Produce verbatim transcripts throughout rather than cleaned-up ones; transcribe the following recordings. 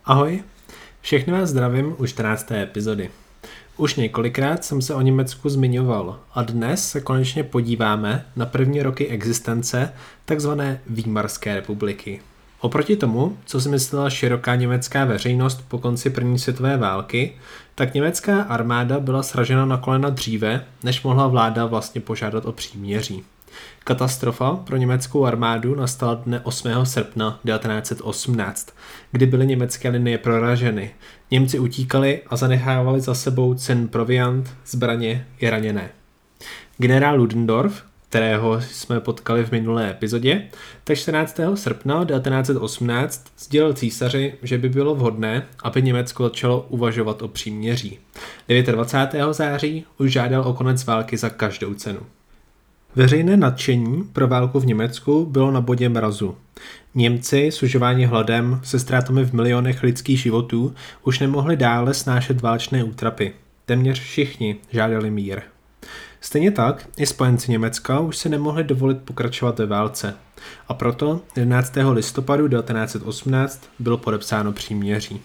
Ahoj, všechny vás zdravím u čtrnácté epizody. Už několikrát jsem se o Německu zmiňoval a dnes se konečně podíváme na první roky existence takzvané Výmarské republiky. Oproti tomu, co si myslela široká německá veřejnost po konci první světové války, tak německá armáda byla sražena na kolena dříve, než mohla vláda vlastně požádat o příměří. Katastrofa pro německou armádu nastala dne osmého srpna devatenáct set osmnáct, kdy byly německé linie proraženy. Němci utíkali a zanechávali za sebou cenný proviant, zbraně i raněné. Generál Ludendorff, kterého jsme potkali v minulé epizodě, tak čtrnáctého srpna devatenáct set osmnáct sdělil císaři, že by bylo vhodné, aby Německo začalo uvažovat o příměří. dvacátého devátého září už žádal o konec války za každou cenu. Veřejné nadšení pro válku v Německu bylo na bodě mrazu. Němci, sužováni hladem se ztrátami v milionech lidských životů, už nemohli dále snášet válečné útrapy. Téměř všichni žádali mír. Stejně tak i spojenci Německa už si nemohli dovolit pokračovat ve válce. A proto jedenáctého listopadu devatenáct set osmnáct bylo podepsáno příměří.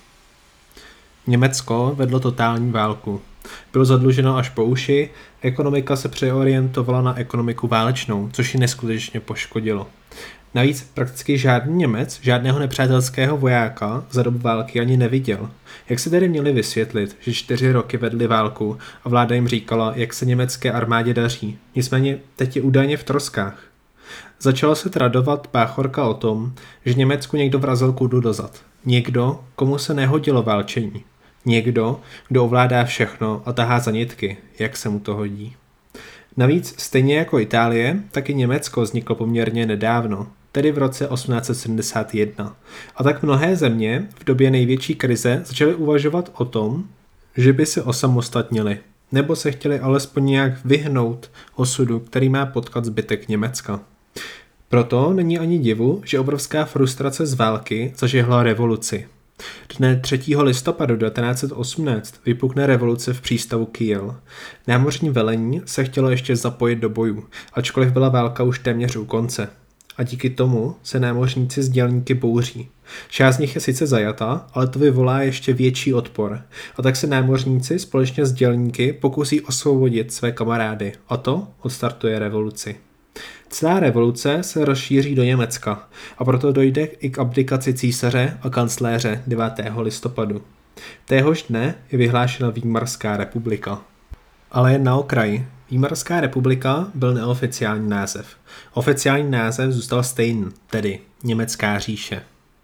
Německo vedlo totální válku. Bylo zadluženo až po uši, ekonomika se přeorientovala na ekonomiku válečnou, což ji neskutečně poškodilo. Navíc prakticky žádný Němec, žádného nepřátelského vojáka za dobu války ani neviděl. Jak se tedy měli vysvětlit, že čtyři roky vedli válku a vláda jim říkala, jak se německé armádě daří, nicméně teď je údajně v troskách. Začala se tradovat páchorka o tom, že Německu někdo vrazil kůdu do zad. Někdo, komu se nehodilo válčení. Někdo, kdo ovládá všechno a tahá za nitky, jak se mu to hodí. Navíc stejně jako Itálie, tak i Německo vzniklo poměrně nedávno, tedy v roce osmnáct set sedmdesát jedna. A tak mnohé země v době největší krize začaly uvažovat o tom, že by se osamostatnili, nebo se chtěli alespoň nějak vyhnout osudu, který má potkat zbytek Německa. Proto není ani divu, že obrovská frustrace z války zažehla revoluci. Dne třetího listopadu devatenáct set osmnáct vypukne revoluce v přístavu Kiel. Námořní velení se chtělo ještě zapojit do bojů, ačkoliv byla válka už téměř u konce. A díky tomu se námořníci s dělníky bouří. Část z nich je sice zajata, ale to vyvolá ještě větší odpor. A tak se námořníci společně s dělníky pokusí osvobodit své kamarády. A to odstartuje revoluci. Celá revoluce se rozšíří do Německa a proto dojde i k abdikaci císaře a kancléře devátého listopadu. Téhož dne je vyhlášena Výmarská republika. Ale jen na okraji. Výmarská republika byl neoficiální název. Oficiální název zůstal stejný, tedy Německá říše.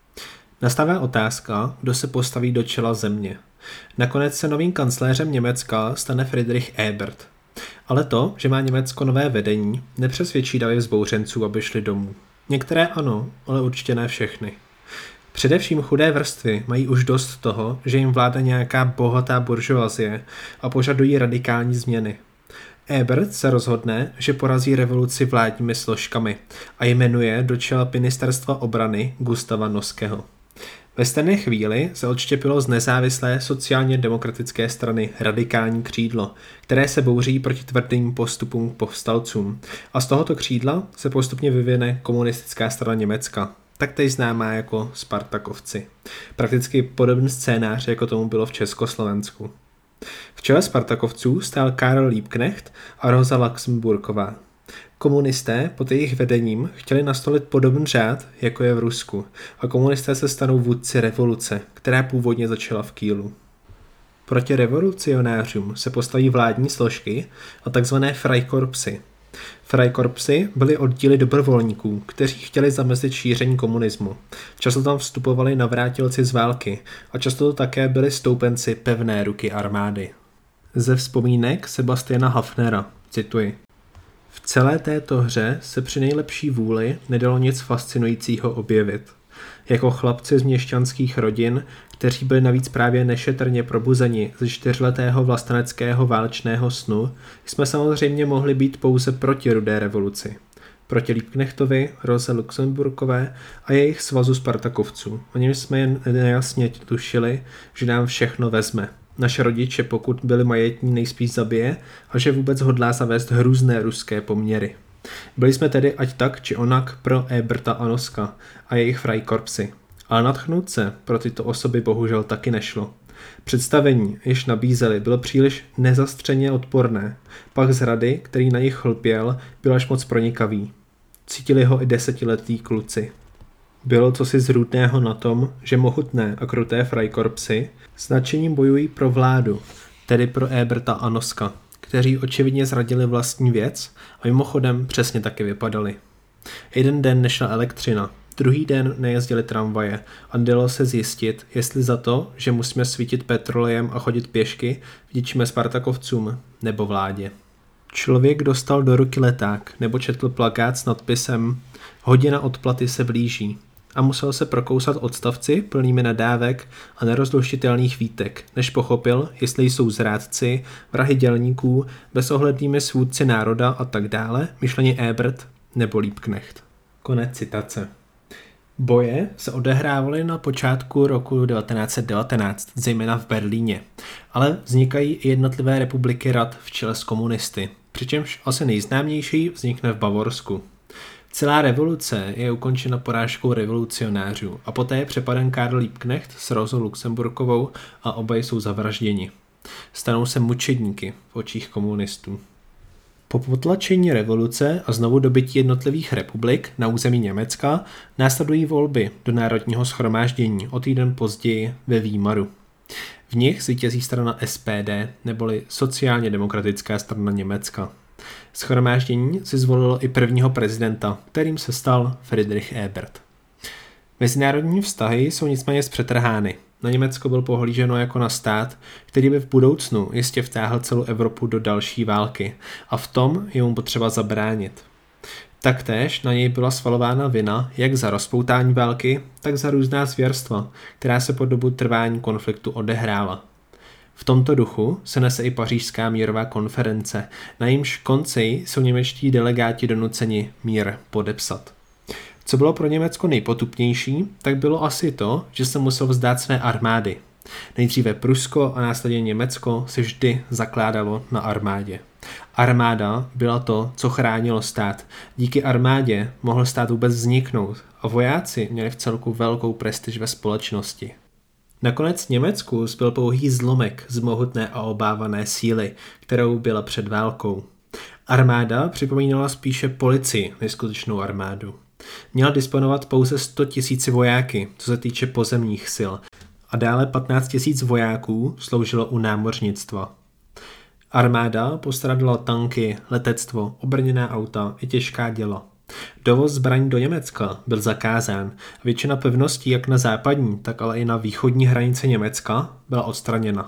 Nastává otázka, kdo se postaví do čela země. Nakonec se novým kancléřem Německa stane Friedrich Ebert. Ale to, že má Německo nové vedení, nepřesvědčí davy vzbouřenců, aby šli domů. Některé ano, ale určitě ne všechny. Především chudé vrstvy mají už dost toho, že jim vládne nějaká bohatá buržoazie a požadují radikální změny. Ebert se rozhodne, že porazí revoluci vládními složkami a jmenuje do čela ministerstva obrany Gustava Noského. Ve stejné chvíli se odštěpilo z nezávislé sociálně demokratické strany radikální křídlo, které se bouří proti tvrdým postupům povstalcům. A z tohoto křídla se postupně vyvine komunistická strana Německa, taktéž známá jako Spartakovci. Prakticky podobný scénář, jako tomu bylo v Československu. V čele Spartakovců stál Karl Liebknecht a Rosa Luxemburgová. Komunisté pod jejich vedením chtěli nastolit podobný řád, jako je v Rusku, a komunisté se stanou vůdci revoluce, která původně začala v Kielu. Proti revolucionářům se postaví vládní složky a takzvané Freikorpsy. Freikorpsy byly oddíly dobrovolníků, kteří chtěli zamezit šíření komunismu. Často tam vstupovali navrátilci z války a často to také byli stoupenci pevné ruky armády. Ze vzpomínek Sebastiana Hafnera, cituji: V celé této hře se při nejlepší vůli nedalo nic fascinujícího objevit. Jako chlapci z měšťanských rodin, kteří byli navíc právě nešetrně probuzeni ze čtyřletého vlasteneckého válečného snu, jsme samozřejmě mohli být pouze proti rudé revoluci. Proti Liebknechtovi, Rose Luxemburkové a jejich svazu Spartakovců. O něm jsme jen nejasně tušili, že nám všechno vezme. Naše rodiče, pokud byli majetní, nejspíš zabije a že vůbec hodlá zavést hrůzné ruské poměry. Byli jsme tedy ať tak či onak pro Eberta a Noska a jejich Freikorpsy. Ale nadchnout se pro tyto osoby bohužel taky nešlo. Představení, jež nabízeli, bylo příliš nezastřeně odporné. Pach zrady, který na nich chlpěl, byl až moc pronikavý. Cítili ho i desetiletí kluci. Bylo cosi zrůdného na tom, že mohutné a kruté Freikorpsy s nadšením bojují pro vládu, tedy pro Eberta a Noska, kteří očividně zradili vlastní věc a mimochodem přesně taky vypadali. Jeden den nešla elektřina, druhý den nejezdily tramvaje a dalo se zjistit, jestli za to, že musíme svítit petrolejem a chodit pěšky, vděčíme Spartakovcům nebo vládě. Člověk dostal do ruky leták nebo četl plakát s nadpisem Hodina odplaty se blíží a musel se prokousat odstavci plnými nadávek a nerozluštitelných výtek, než pochopil, jestli jsou zrádci, vrahy dělníků, bezohlednými svůdci národa a tak dále, myšleně Ebert nebo Liebknecht. Konec citace. Boje se odehrávaly na počátku roku devatenáct set devatenáct, zejména v Berlíně, ale vznikají i jednotlivé republiky rad v čele s komunisty, přičemž asi nejznámější vznikne v Bavorsku. Celá revoluce je ukončena porážkou revolucionářů a poté je přepaden Karl Liebknecht s Rosou Luxemburkovou a oba jsou zavražděni. Stanou se mučedníky v očích komunistů. Po potlačení revoluce a znovu dobytí jednotlivých republik na území Německa následují volby do Národního shromáždění o týden později ve Výmaru. V nich zvítězí strana S P D, neboli Sociálně demokratická strana Německa. Shromáždění si zvolilo i prvního prezidenta, kterým se stal Friedrich Ebert. Mezinárodní vztahy jsou nicméně zpřetrhány. Na Německo byl pohlíženo jako na stát, který by v budoucnu jistě vtáhl celou Evropu do další války a v tom je mu potřeba zabránit. Taktéž na něj byla svalována vina jak za rozpoutání války, tak za různá zvěrstva, která se po dobu trvání konfliktu odehrála. V tomto duchu se nese i pařížská mírová konference, na jejímž konci jsou němečtí delegáti donuceni mír podepsat. Co bylo pro Německo nejpotupnější, tak bylo asi to, že se musel vzdát své armády. Nejdříve Prusko a následně Německo se vždy zakládalo na armádě. Armáda byla to, co chránilo stát. Díky armádě mohl stát vůbec vzniknout a vojáci měli v celku velkou prestiž ve společnosti. Nakonec Německu zbyl pouhý zlomek z mohutné a obávané síly, kterou byla před válkou. Armáda připomínala spíše policii než skutečnou armádu. Měla disponovat pouze sto tisíc vojáky, co se týče pozemních sil, a dále patnáct tisíc vojáků sloužilo u námořnictva. Armáda postradala tanky, letectvo, obrněná auta i těžká děla. Dovoz zbraní do Německa byl zakázán a většina pevností jak na západní, tak ale i na východní hranici Německa byla odstraněna.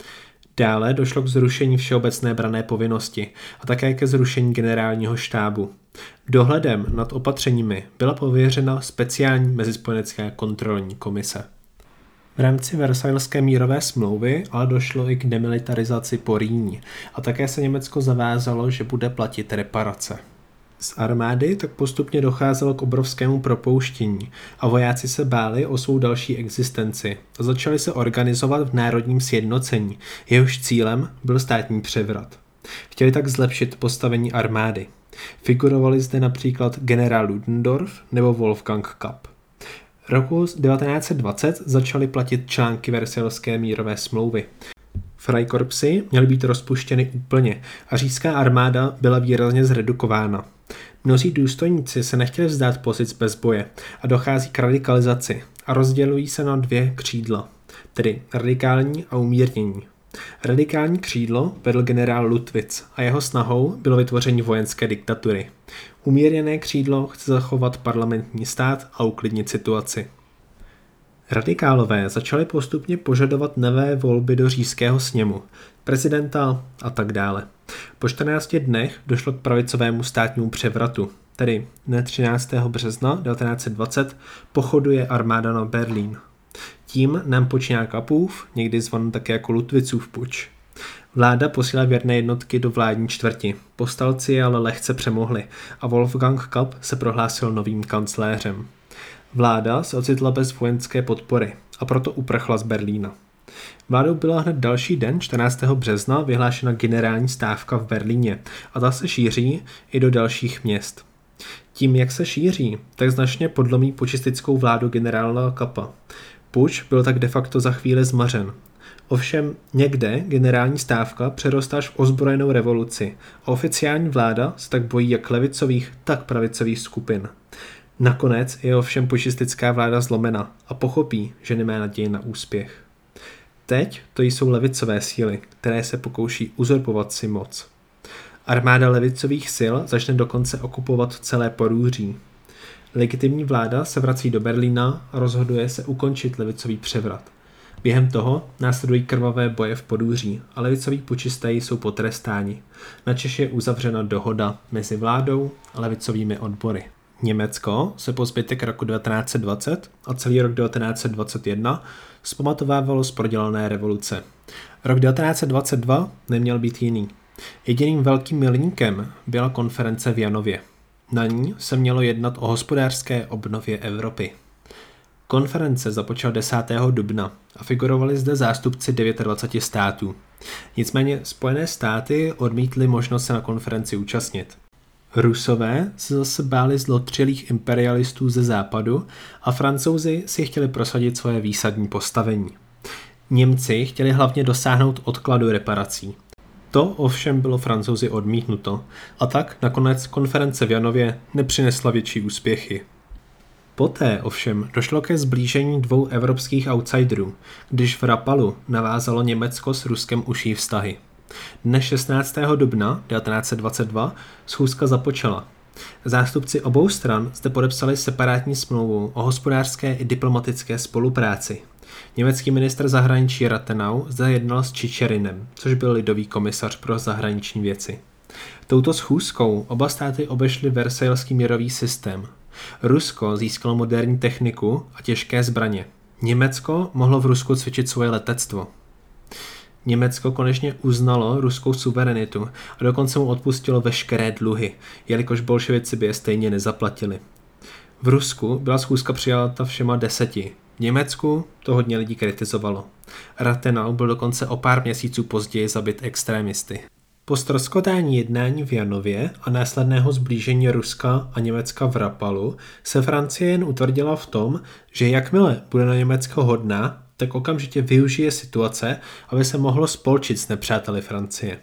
Dále došlo k zrušení všeobecné branné povinnosti a také ke zrušení generálního štábu. Dohledem nad opatřeními byla pověřena speciální mezispojenecká kontrolní komise. V rámci Versailleské mírové smlouvy ale došlo i k demilitarizaci po Rýni a také se Německo zavázalo, že bude platit reparace. Z armády tak postupně docházelo k obrovskému propouštění a vojáci se báli o svou další existenci a začali se organizovat v národním sjednocení, jehož cílem byl státní převrat. Chtěli tak zlepšit postavení armády. Figurovali zde například generál Ludendorff nebo Wolfgang Kapp. Roku devatenáct set dvacet začaly platit články Versailleské mírové smlouvy. Freikorpsy měly být rozpuštěny úplně a říšská armáda byla výrazně zredukována. Mnozí důstojníci se nechtěli vzdát pozic bez boje a dochází k radikalizaci a rozdělují se na dvě křídla, tedy radikální a umírnění. Radikální křídlo vedl generál Ludwitz a jeho snahou bylo vytvoření vojenské diktatury. Umírněné křídlo chce zachovat parlamentní stát a uklidnit situaci. Radikálové začali postupně požadovat nové volby do říšského sněmu, prezidenta a tak dále. Po čtrnácti dnech došlo k pravicovému státnímu převratu, tedy dne třináctého března devatenáct set dvacet pochoduje armáda na Berlín. Tím nám počíná Kappův, někdy zvaný také jako Ludwitzův puč. Vláda posílá věrné jednotky do vládní čtvrti. Povstalci ale lehce přemohli a Wolfgang Kapp se prohlásil novým kancléřem. Vláda se ocitla bez vojenské podpory a proto uprchla z Berlína. Vládou byla hned další den, čtrnáctého března, vyhlášena generální stávka v Berlíně a ta se šíří i do dalších měst. Tím, jak se šíří, tak značně podlomí pučistickou vládu generála Kappa. Puč byl tak de facto za chvíli zmařen. Ovšem někde generální stávka přerostá až v ozbrojenou revoluci a oficiální vláda se tak bojí jak levicových, tak pravicových skupin. Nakonec je ovšem pučistická vláda zlomena a pochopí, že nemá naději na úspěch. Teď to jsou levicové síly, které se pokouší uzurpovat si moc. Armáda levicových sil začne dokonce okupovat celé Porúří. Legitimní vláda se vrací do Berlína a rozhoduje se ukončit levicový převrat. Během toho následují krvavé boje v Porúří a levicoví pučisté jsou potrestáni. Načež je uzavřena dohoda mezi vládou a levicovými odbory. Německo se po zbytek roku devatenáct set dvacet a celý rok devatenáct set dvacet jedna zpamatovávalo z prodělané revoluce. Rok devatenáct set dvacet dva neměl být jiný. Jediným velkým milníkem byla konference v Janově. Na ní se mělo jednat o hospodářské obnově Evropy. Konference započala desátého dubna a figurovali zde zástupci dvaceti devíti států. Nicméně Spojené státy odmítly možnost se na konferenci účastnit. Rusové se zase báli zlotřilých imperialistů ze západu a Francouzi si chtěli prosadit svoje výsadní postavení. Němci chtěli hlavně dosáhnout odkladu reparací. To ovšem bylo Francouzi odmítnuto a tak nakonec konference v Janově nepřinesla větší úspěchy. Poté ovšem došlo ke sblížení dvou evropských outsiderů, když v Rapallu navázalo Německo s Ruskem užší vztahy. Dne šestnáctého dubna devatenáct set dvacet dva schůzka započala. Zástupci obou stran zde podepsali separátní smlouvu o hospodářské i diplomatické spolupráci. Německý ministr zahraničí Rathenau zde jednal s Čičerinem, což byl lidový komisař pro zahraniční věci. Touto schůzkou oba státy obešly versajský mírový systém. Rusko získalo moderní techniku a těžké zbraně. Německo mohlo v Rusku cvičit svoje letectvo. Německo konečně uznalo ruskou suverenitu a dokonce mu odpustilo veškeré dluhy, jelikož bolševici by je stejně nezaplatili. V Rusku byla schůzka přijata všema deseti. V Německu to hodně lidí kritizovalo. Rathenau byl dokonce o pár měsíců později zabit extrémisty. Po ztroskotání jednání v Janově a následného sblížení Ruska a Německa v Rapallu se Francie jen utvrdila v tom, že jakmile bude na Německo hodná, tak okamžitě využije situace, aby se mohlo spolčit s nepřáteli Francie.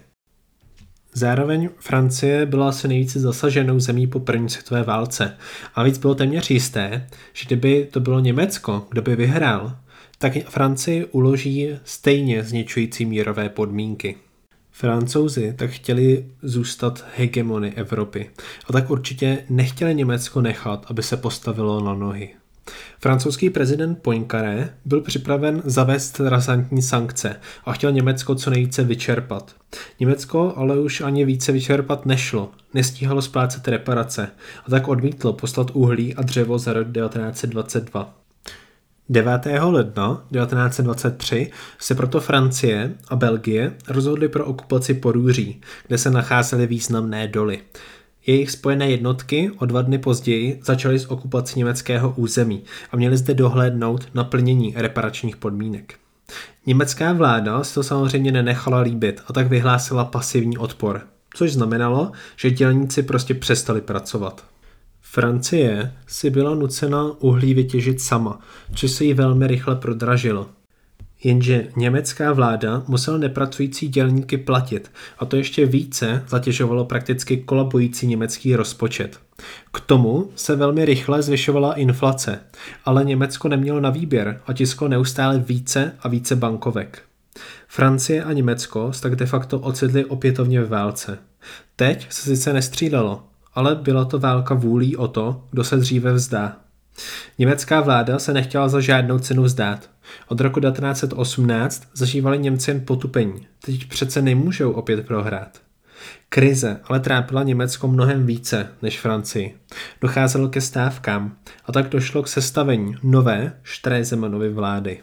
Zároveň Francie byla asi nejvíce zasaženou zemí po první světové válce a víc bylo téměř jisté, že kdyby to bylo Německo, kdo by vyhrál, tak Francii uloží stejně zničující mírové podmínky. Francouzi tak chtěli zůstat hegemony Evropy a tak určitě nechtěli Německo nechat, aby se postavilo na nohy. Francouzský prezident Poincaré byl připraven zavést razantní sankce a chtěl Německo co nejvíce vyčerpat. Německo ale už ani více vyčerpat nešlo, nestíhalo splácet reparace a tak odmítlo poslat uhlí a dřevo za rok devatenáct set dvacet dva. devátého ledna devatenáct set dvacet tři se proto Francie a Belgie rozhodly pro okupaci Porúří, kde se nacházely významné doly. Jejich spojené jednotky o dva dny později začaly s okupací německého území a měly zde dohlédnout na plnění reparačních podmínek. Německá vláda si to samozřejmě nenechala líbit a tak vyhlásila pasivní odpor, což znamenalo, že dělníci prostě přestali pracovat. Francie si byla nucena uhlí vytěžit sama, což se jí velmi rychle prodražilo. Jenže německá vláda musela nepracující dělníky platit a to ještě více zatěžovalo prakticky kolabující německý rozpočet. K tomu se velmi rychle zvyšovala inflace, ale Německo nemělo na výběr a tisklo neustále více a více bankovek. Francie a Německo se tak de facto ocitly opětovně ve válce. Teď se sice nestřídalo, ale byla to válka vůlí o to, kdo se dříve vzdá. Německá vláda se nechtěla za žádnou cenu vzdát. Od roku devatenáct set osmnáct zažívali Němci jen potupení. Teď přece nemůžou opět prohrát. Krize ale trápila Německo mnohem více než Francii. Docházelo ke stávkám a tak došlo k sestavení nové Stresemannovy vlády.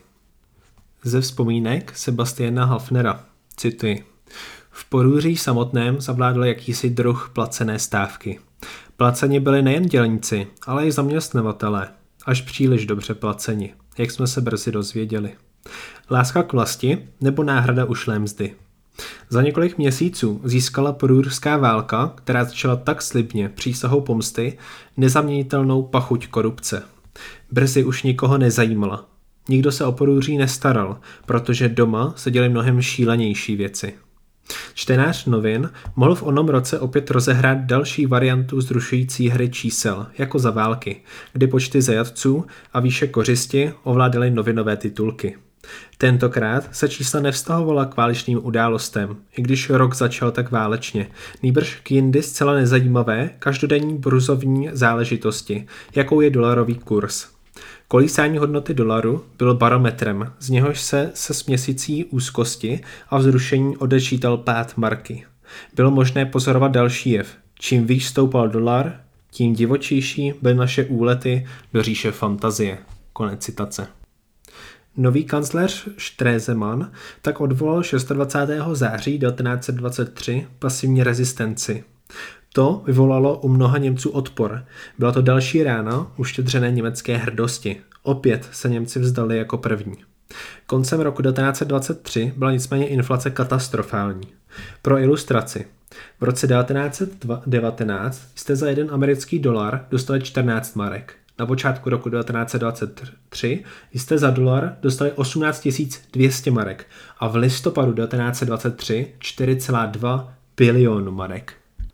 Ze vzpomínek Sebastiana Hafnera, cituji: V Porúří samotném zavládl jakýsi druh placené stávky. Placeni byli nejen dělníci, ale i zaměstnavatelé, až příliš dobře placeni, jak jsme se brzy dozvěděli. Láska k vlasti nebo náhrada ušlé mzdy. Za několik měsíců získala porurská válka, která začala tak slibně přísahou pomsty, nezaměnitelnou pachuť korupce. Brzy už nikoho nezajímala. Nikdo se o Porúří nestaral, protože doma se děly mnohem šílenější věci. Čtenář novin mohl v onom roce opět rozehrát další variantu zrušující hry čísel, jako za války, kdy počty zajatců a výše kořisti ovládaly novinové titulky. Tentokrát se čísla nevztahovala k válečným událostem, i když rok začal tak válečně, nýbrž k jindy zcela nezajímavé každodenní burzovní záležitosti, jakou je dolarový kurz. Kolísání hodnoty dolaru bylo barometrem, z něhož se se směsicí úzkosti a vzrušení odečítal pád marky. Bylo možné pozorovat další jev. Čím výš stoupal dolar, tím divočejší byly naše úlety do říše fantazie. Konec citace. Nový kancléř Stresemann tak odvolal dvacátého šestého září devatenáct set dvacet tři pasivní rezistenci. To vyvolalo u mnoha Němců odpor. Byla to další rána uštědřené německé hrdosti. Opět se Němci vzdali jako první. Koncem roku devatenáct set dvacet tři byla nicméně inflace katastrofální. Pro ilustraci. V roce devatenáct set devatenáct jste za jeden americký dolar dostali čtrnáct marek. Na počátku roku devatenáct set dvacet tři jste za dolar dostali osmnáct tisíc dvě stě marek a v listopadu devatenáct set dvacet tři čtyři celá dva bilionu marek.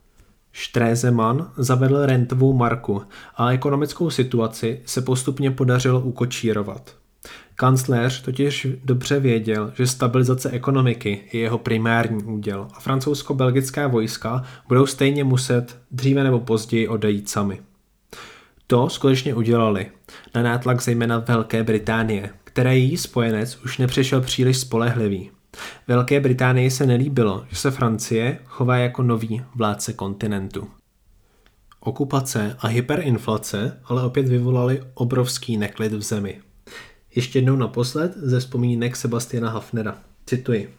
Stresemann zavedl rentovou marku a ekonomickou situaci se postupně podařilo ukočírovat. Kancléř totiž dobře věděl, že stabilizace ekonomiky je jeho primární úděl a francouzsko-belgická vojska budou stejně muset dříve nebo později odejít sami. To skutečně udělali, na nátlak zejména Velké Británie, které její spojenec už nepřišel příliš spolehlivý. Velké Británii se nelíbilo, že se Francie chová jako nový vládce kontinentu. Okupace a hyperinflace ale opět vyvolaly obrovský neklid v zemi. Ještě jednou naposled ze vzpomínek Sebastiana Hafnera. Cituji.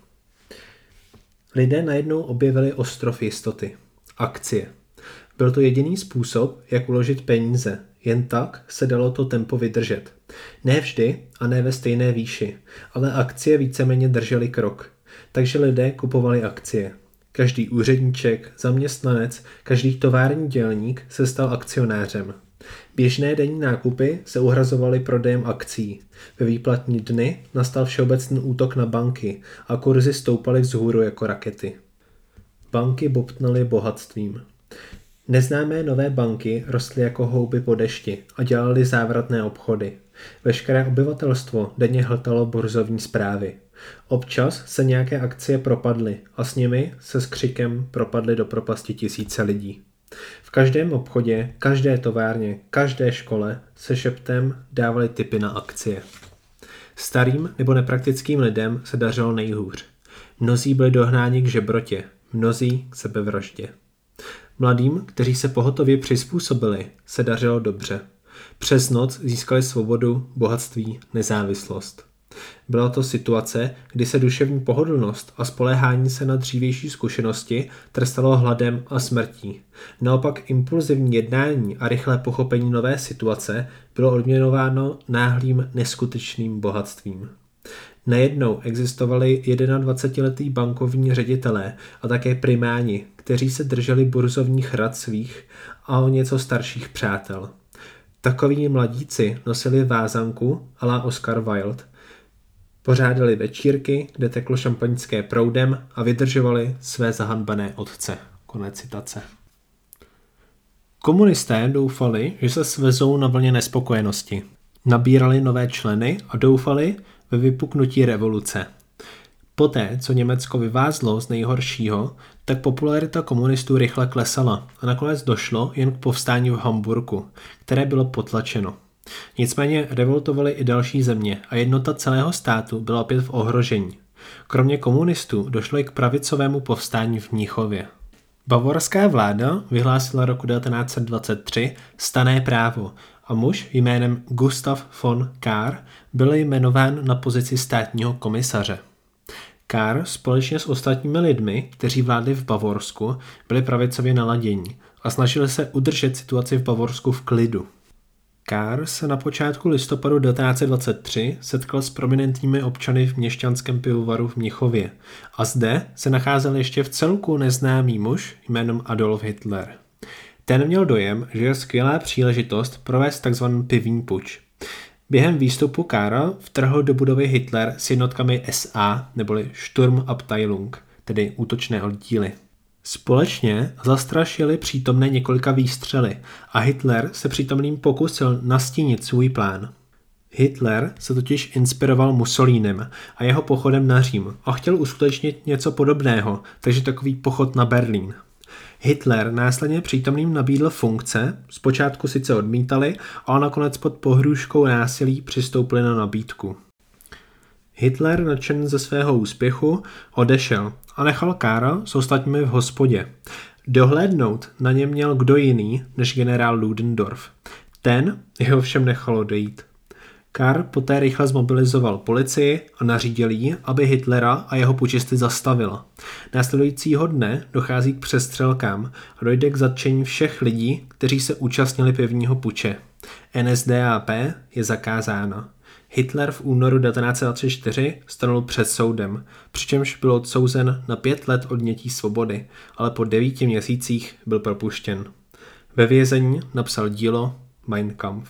Lidé najednou objevili ostrov jistoty. Akcie. Byl to jediný způsob, jak uložit peníze. Jen tak se dalo to tempo vydržet. Ne vždy a ne ve stejné výši, ale akcie víceméně držely krok. Takže lidé kupovali akcie. Každý úředníček, zaměstnanec, každý tovární dělník se stal akcionářem. Běžné denní nákupy se uhrazovaly prodejem akcí. Ve výplatní dny nastal všeobecný útok na banky a kurzy stoupaly vzhůru jako rakety. Banky bobtnaly bohatstvím. Neznámé nové banky rostly jako houby po dešti a dělaly závratné obchody. Veškeré obyvatelstvo denně hltalo burzovní zprávy. Občas se nějaké akcie propadly a s nimi se s křikem propadly do propasti tisíce lidí. V každém obchodě, každé továrně, každé škole se šeptem dávaly tipy na akcie. Starým nebo nepraktickým lidem se dařilo nejhůř. Mnozí byli dohnáni k žebrotě, mnozí k sebevraždě. Mladým, kteří se pohotově přizpůsobili, se dařilo dobře. Přes noc získali svobodu, bohatství, nezávislost. Byla to situace, kdy se duševní pohodlnost a spoléhání se na dřívější zkušenosti trestalo hladem a smrtí. Naopak impulzivní jednání a rychlé pochopení nové situace bylo odměnováno náhlým neskutečným bohatstvím. Najednou existovali dvacetiletí bankovní ředitelé a také primáni, kteří se drželi burzovních rad svých a o něco starších přátel. Takoví mladíci nosili vázanku à la Oscar Wilde, pořádali večírky, kde teklo šampaňské proudem a vydržovali své zahanbené otce. Konec citace. Komunisté doufali, že se svezou na vlně nespokojenosti. Nabírali nové členy a doufali ve vypuknutí revoluce. Poté, co Německo vyvázlo z nejhoršího, tak popularita komunistů rychle klesala a nakonec došlo jen k povstání v Hamburku, které bylo potlačeno. Nicméně revoltovaly i další země a jednota celého státu byla opět v ohrožení. Kromě komunistů došlo i k pravicovému povstání v Mnichově. Bavorská vláda vyhlásila roku devatenáct set dvacet tři stanné právo a muž jménem Gustav von Kahr byl jmenován na pozici státního komisaře. Kahr společně s ostatními lidmi, kteří vládli v Bavorsku, byli pravicově naladění a snažili se udržet situaci v Bavorsku v klidu. Kahr se na počátku listopadu devatenáct set dvacet tři setkal s prominentními občany v měšťanském pivovaru v Mnichově a zde se nacházel ještě v celku neznámý muž jménem Adolf Hitler. Ten měl dojem, že je skvělá příležitost provést takzvaný pivní puč. Během výstupu Kahra vtrhl do budovy Hitler s jednotkami S A neboli Sturmabteilung, tedy útočné oddíly. Společně zastrašili přítomné několika výstřely a Hitler se přítomným pokusil nastínit svůj plán. Hitler se totiž inspiroval Mussolínem a jeho pochodem na Řím a chtěl uskutečnit něco podobného, takže takový pochod na Berlín. Hitler následně přítomným nabídl funkce, zpočátku sice odmítali, ale nakonec pod pohrůžkou násilí přistoupili na nabídku. Hitler, nadšen ze svého úspěchu, odešel a nechal Kahra s ostatními v hospodě. Dohlédnout na ně měl kdo jiný než generál Ludendorff. Ten jeho všem nechal odejít. Kahr poté rychle zmobilizoval policii a nařídil jí, aby Hitlera a jeho pučisty zastavila. Následujícího dne dochází k přestřelkám a dojde k zatčení všech lidí, kteří se účastnili pivního puče. N S D A P je zakázána. Hitler v únoru devatenáct set dvacet čtyři stanul před soudem, přičemž byl odsouzen na pět let odnětí svobody, ale po devíti měsících byl propuštěn. Ve vězení napsal dílo Mein Kampf.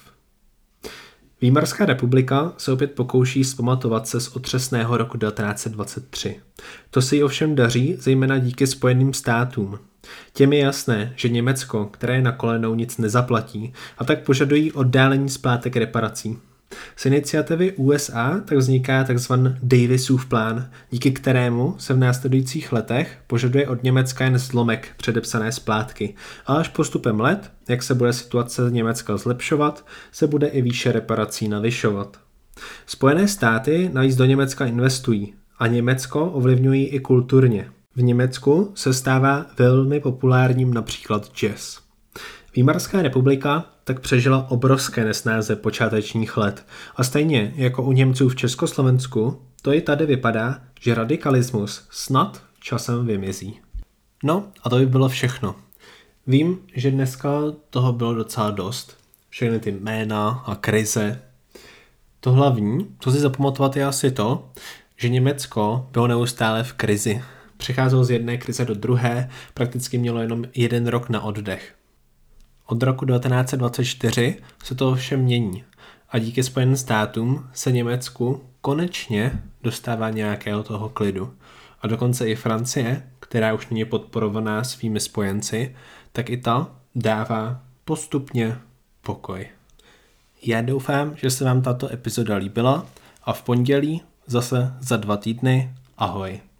Výmarská republika se opět pokouší vzpamatovat se z otřesného roku devatenáct set dvacet tři. To se jí ovšem daří zejména díky Spojeným státům. Těm je jasné, že Německo, které je na kolenou, nic nezaplatí a tak požadují oddálení splátek reparací. Z iniciativy U S A tak vzniká tzv. Davisův plán, díky kterému se v následujících letech požaduje od Německa jen zlomek předepsané splátky. A až postupem let, jak se bude situace Německa zlepšovat, se bude i výše reparací navyšovat. Spojené státy navíc do Německa investují a Německo ovlivňují i kulturně. V Německu se stává velmi populárním například jazz. Výmarská republika tak přežila obrovské nesnáze počátečních let a stejně jako u Němců v Československu, to i tady vypadá, že radikalismus snad časem vymizí. No a to by bylo všechno. Vím, že dneska toho bylo docela dost. Všechny ty jména a krize. To hlavní, co si zapamatovat, je asi to, že Německo bylo neustále v krizi. Přicházelo z jedné krize do druhé, prakticky mělo jenom jeden rok na oddech. Od roku devatenáct set dvacet čtyři se to ovšem mění a díky Spojeným státům se Německu konečně dostává nějakého toho klidu. A dokonce i Francie, která už není podporovaná svými spojenci, tak i ta dává postupně pokoj. Já doufám, že se vám tato epizoda líbila a v pondělí zase za dva týdny ahoj.